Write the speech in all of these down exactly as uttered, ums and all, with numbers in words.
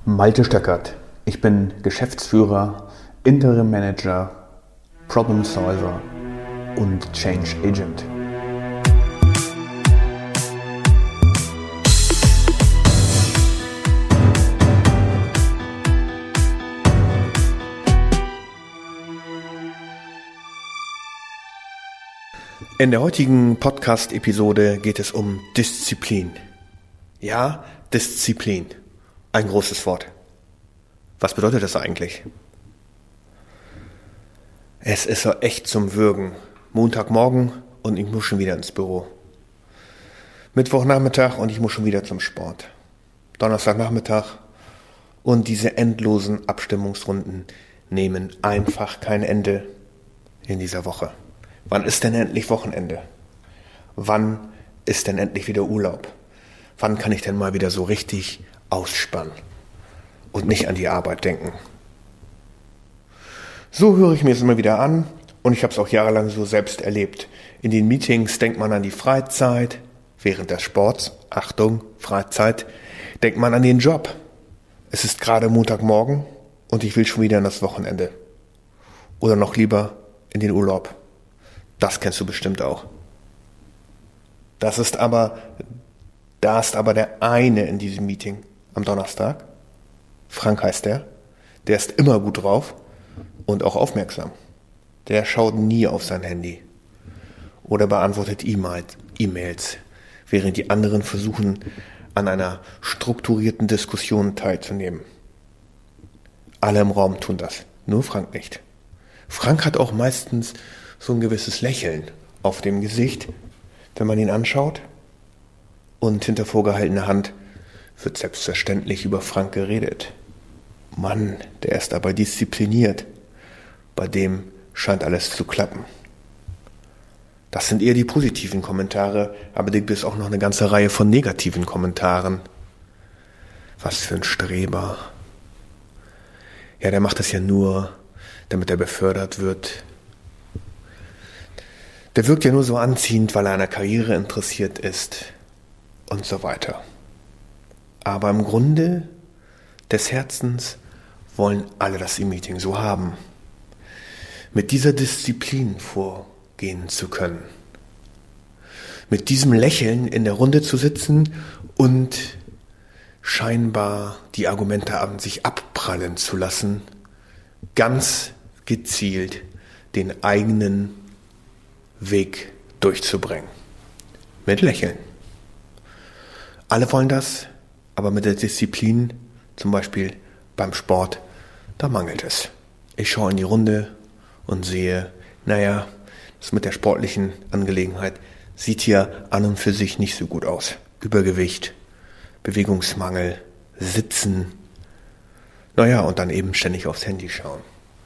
Malte Stöckert. Ich bin Geschäftsführer, Interim Manager, Problem Solver und Change Agent. In der heutigen Podcast-Episode geht es um Disziplin. Ja, Disziplin. Ein großes Wort. Was bedeutet das eigentlich? Es ist so echt zum Würgen. Montagmorgen und ich muss schon wieder ins Büro. Mittwochnachmittag und ich muss schon wieder zum Sport. Donnerstagnachmittag und diese endlosen Abstimmungsrunden nehmen einfach kein Ende in dieser Woche. Wann ist denn endlich Wochenende? Wann ist denn endlich wieder Urlaub? Wann kann ich denn mal wieder so richtig ausspannen und nicht an die Arbeit denken? So höre ich mir es immer wieder an und ich habe es auch jahrelang so selbst erlebt. In den Meetings denkt man an die Freizeit, während des Sports, Achtung, Freizeit, denkt man an den Job. Es ist gerade Montagmorgen und ich will schon wieder an das Wochenende. Oder noch lieber in den Urlaub. Das kennst du bestimmt auch. Das ist aber, da ist aber der eine in diesem Meeting am Donnerstag. Frank heißt der. Der ist immer gut drauf und auch aufmerksam. Der schaut nie auf sein Handy oder beantwortet E-Mails, während die anderen versuchen, an einer strukturierten Diskussion teilzunehmen. Alle im Raum tun das, nur Frank nicht. Frank hat auch meistens so ein gewisses Lächeln auf dem Gesicht, wenn man ihn anschaut. Und hinter vorgehaltener Hand wird selbstverständlich über Frank geredet. Mann, der ist aber diszipliniert. Bei dem scheint alles zu klappen. Das sind eher die positiven Kommentare, aber da gibt es auch noch eine ganze Reihe von negativen Kommentaren. Was für ein Streber. Ja, der macht das ja nur, damit er befördert wird. Der wirkt ja nur so anziehend, weil er an der Karriere interessiert ist und so weiter. Aber im Grunde des Herzens wollen alle das im Meeting so haben. Mit dieser Disziplin vorgehen zu können. Mit diesem Lächeln in der Runde zu sitzen und scheinbar die Argumente an sich abprallen zu lassen, ganz gezielt den eigenen Weg durchzubringen. Mit Lächeln. Alle wollen das, aber mit der Disziplin, zum Beispiel beim Sport, da mangelt es. Ich schaue in die Runde und sehe, naja, das mit der sportlichen Angelegenheit sieht hier an und für sich nicht so gut aus. Übergewicht, Bewegungsmangel, Sitzen, naja, und dann eben ständig aufs Handy schauen.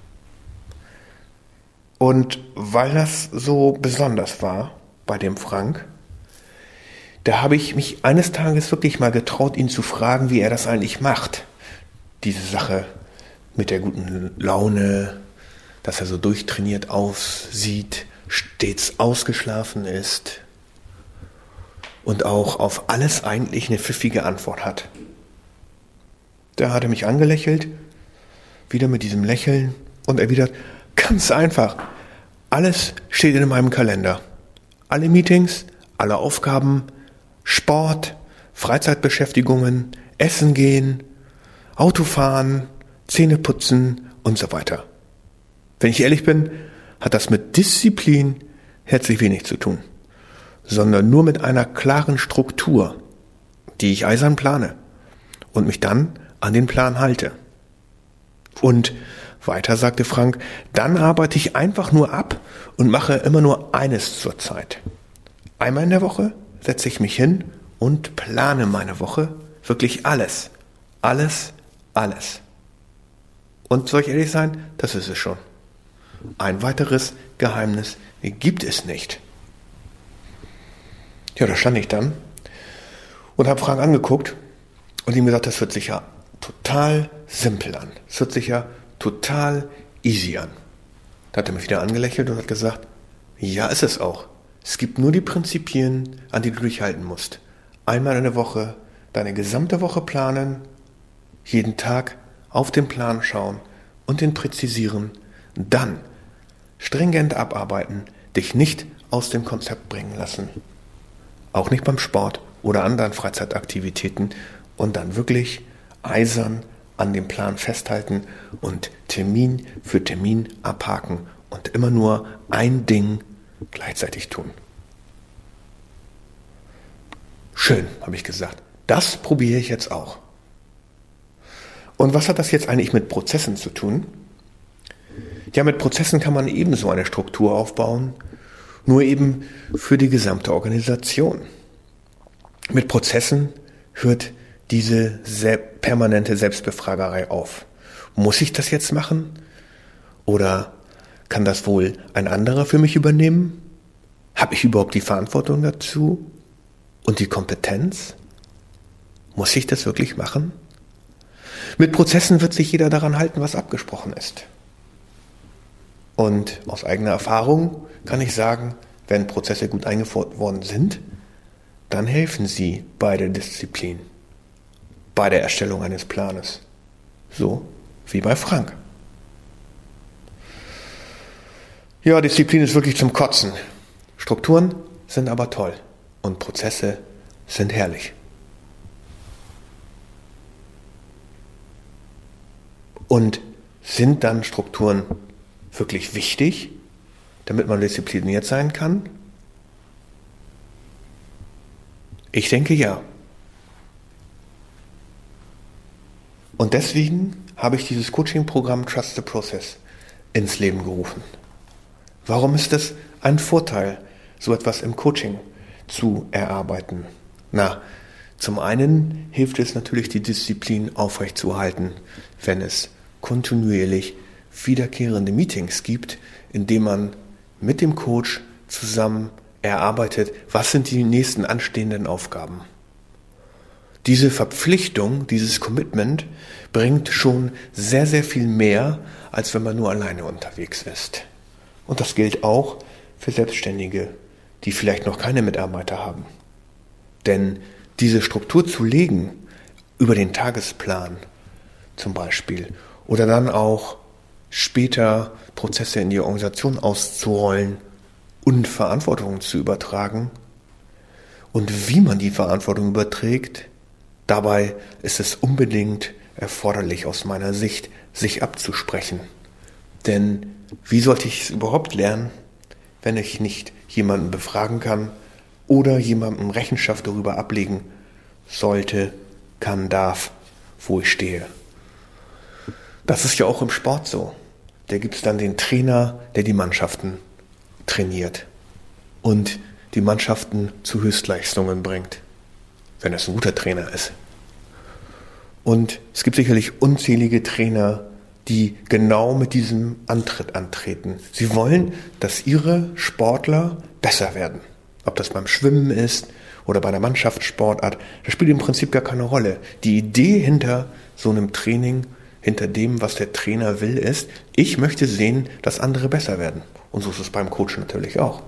Und weil das so besonders war bei dem Frank, da habe ich mich eines Tages wirklich mal getraut, ihn zu fragen, wie er das eigentlich macht. Diese Sache mit der guten Laune, dass er so durchtrainiert aussieht, stets ausgeschlafen ist und auch auf alles eigentlich eine pfiffige Antwort hat. Da hat er mich angelächelt, wieder mit diesem Lächeln und erwidert, ganz einfach. Alles steht in meinem Kalender. Alle Meetings, alle Aufgaben, Sport, Freizeitbeschäftigungen, Essen gehen, Autofahren, Zähne putzen und so weiter. Wenn ich ehrlich bin, hat das mit Disziplin herzlich wenig zu tun, sondern nur mit einer klaren Struktur, die ich eisern plane und mich dann an den Plan halte. Und weiter sagte Frank, dann arbeite ich einfach nur ab und mache immer nur eines zur Zeit. Einmal in der Woche setze ich mich hin und plane meine Woche, wirklich alles, alles, alles. Und soll ich ehrlich sein, das ist es schon. Ein weiteres Geheimnis gibt es nicht. Ja, da stand ich dann und habe Frank angeguckt und ihm gesagt, das hört sich ja total simpel an. Das hört sich ja total easy an. Da hat er mich wieder angelächelt und hat gesagt, ja, ist es auch. Es gibt nur die Prinzipien, an die du dich halten musst. Einmal in der Woche deine gesamte Woche planen, jeden Tag auf den Plan schauen und den präzisieren, dann stringent abarbeiten, dich nicht aus dem Konzept bringen lassen. Auch nicht beim Sport oder anderen Freizeitaktivitäten und dann wirklich eisern an dem Plan festhalten und Termin für Termin abhaken und immer nur ein Ding gleichzeitig tun. Schön, habe ich gesagt. Das probiere ich jetzt auch. Und was hat das jetzt eigentlich mit Prozessen zu tun? Ja, mit Prozessen kann man ebenso eine Struktur aufbauen, nur eben für die gesamte Organisation. Mit Prozessen hört diese se- permanente Selbstbefragerei auf. Muss ich das jetzt machen? Oder kann das wohl ein anderer für mich übernehmen? Habe ich überhaupt die Verantwortung dazu? Und die Kompetenz? Muss ich das wirklich machen? Mit Prozessen wird sich jeder daran halten, was abgesprochen ist. Und aus eigener Erfahrung kann ich sagen, wenn Prozesse gut eingeführt worden sind, dann helfen sie bei der Disziplin, bei der Erstellung eines Planes. So wie bei Frank. Ja, Disziplin ist wirklich zum Kotzen. Strukturen sind aber toll und Prozesse sind herrlich. Und sind dann Strukturen wirklich wichtig, damit man diszipliniert sein kann? Ich denke ja. Und deswegen habe ich dieses Coaching-Programm Trust the Process ins Leben gerufen. Warum ist es ein Vorteil, so etwas im Coaching zu erarbeiten? Na, zum einen hilft es natürlich, die Disziplin aufrechtzuerhalten, wenn es kontinuierlich wiederkehrende Meetings gibt, in denen man mit dem Coach zusammen erarbeitet, was sind die nächsten anstehenden Aufgaben. Diese Verpflichtung, dieses Commitment bringt schon sehr, sehr viel mehr, als wenn man nur alleine unterwegs ist. Und das gilt auch für Selbstständige, die vielleicht noch keine Mitarbeiter haben. Denn diese Struktur zu legen, über den Tagesplan zum Beispiel, oder dann auch später Prozesse in die Organisation auszurollen und Verantwortung zu übertragen. Und wie man die Verantwortung überträgt, dabei ist es unbedingt erforderlich aus meiner Sicht, sich abzusprechen. Denn wie sollte ich es überhaupt lernen, wenn ich nicht jemanden befragen kann oder jemandem Rechenschaft darüber ablegen sollte, kann, darf, wo ich stehe. Das ist ja auch im Sport so. Da gibt es dann den Trainer, der die Mannschaften trainiert und die Mannschaften zu Höchstleistungen bringt, wenn es ein guter Trainer ist. Und es gibt sicherlich unzählige Trainer, die genau mit diesem Antritt antreten. Sie wollen, dass ihre Sportler besser werden. Ob das beim Schwimmen ist oder bei einer Mannschaftssportart, das spielt im Prinzip gar keine Rolle. Die Idee hinter so einem Training, hinter dem, was der Trainer will, ist, ich möchte sehen, dass andere besser werden. Und so ist es beim Coach natürlich auch.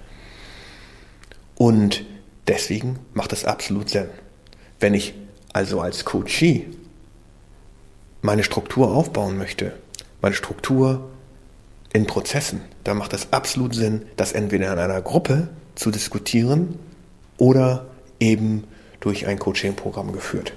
Und deswegen macht es absolut Sinn. Wenn ich also als Coachee meine Struktur aufbauen möchte, meine Struktur in Prozessen, dann macht es absolut Sinn, das entweder in einer Gruppe zu diskutieren oder eben durch ein Coaching-Programm geführt.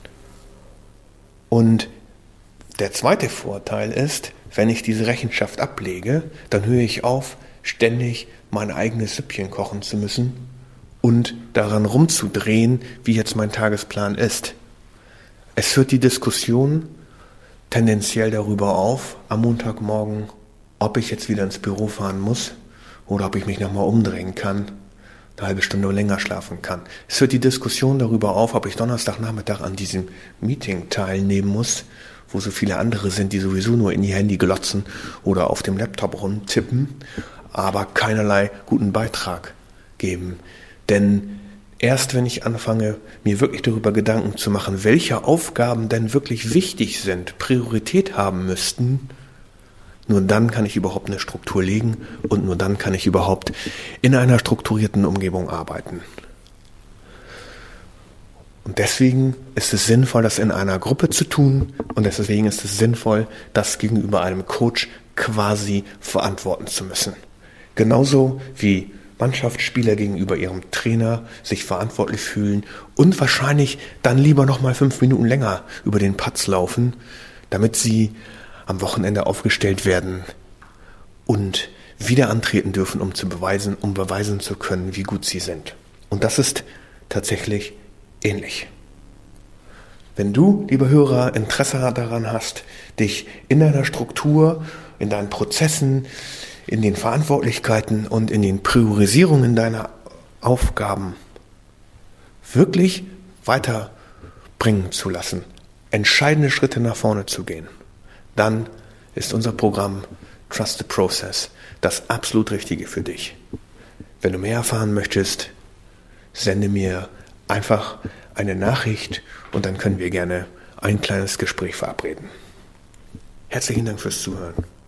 Und der zweite Vorteil ist, wenn ich diese Rechenschaft ablege, dann höre ich auf, ständig mein eigenes Süppchen kochen zu müssen und daran rumzudrehen, wie jetzt mein Tagesplan ist. Es hört die Diskussion tendenziell darüber auf, am Montagmorgen, ob ich jetzt wieder ins Büro fahren muss oder ob ich mich nochmal umdrehen kann, eine halbe Stunde länger schlafen kann. Es hört die Diskussion darüber auf, ob ich Donnerstagnachmittag an diesem Meeting teilnehmen muss, wo so viele andere sind, die sowieso nur in ihr Handy glotzen oder auf dem Laptop rumtippen, aber keinerlei guten Beitrag geben. Denn erst wenn ich anfange, mir wirklich darüber Gedanken zu machen, welche Aufgaben denn wirklich wichtig sind, Priorität haben müssten, nur dann kann ich überhaupt eine Struktur legen und nur dann kann ich überhaupt in einer strukturierten Umgebung arbeiten. Und deswegen ist es sinnvoll, das in einer Gruppe zu tun. Und deswegen ist es sinnvoll, das gegenüber einem Coach quasi verantworten zu müssen. Genauso wie Mannschaftsspieler gegenüber ihrem Trainer sich verantwortlich fühlen und wahrscheinlich dann lieber noch mal fünf Minuten länger über den Platz laufen, damit sie am Wochenende aufgestellt werden und wieder antreten dürfen, um zu beweisen, um beweisen zu können, wie gut sie sind. Und das ist tatsächlich ähnlich. Wenn du, lieber Hörer, Interesse daran hast, dich in deiner Struktur, in deinen Prozessen, in den Verantwortlichkeiten und in den Priorisierungen deiner Aufgaben wirklich weiterbringen zu lassen, entscheidende Schritte nach vorne zu gehen, dann ist unser Programm Trust the Process das absolut Richtige für dich. Wenn du mehr erfahren möchtest, sende mir einfach eine Nachricht und dann können wir gerne ein kleines Gespräch verabreden. Herzlichen Dank fürs Zuhören.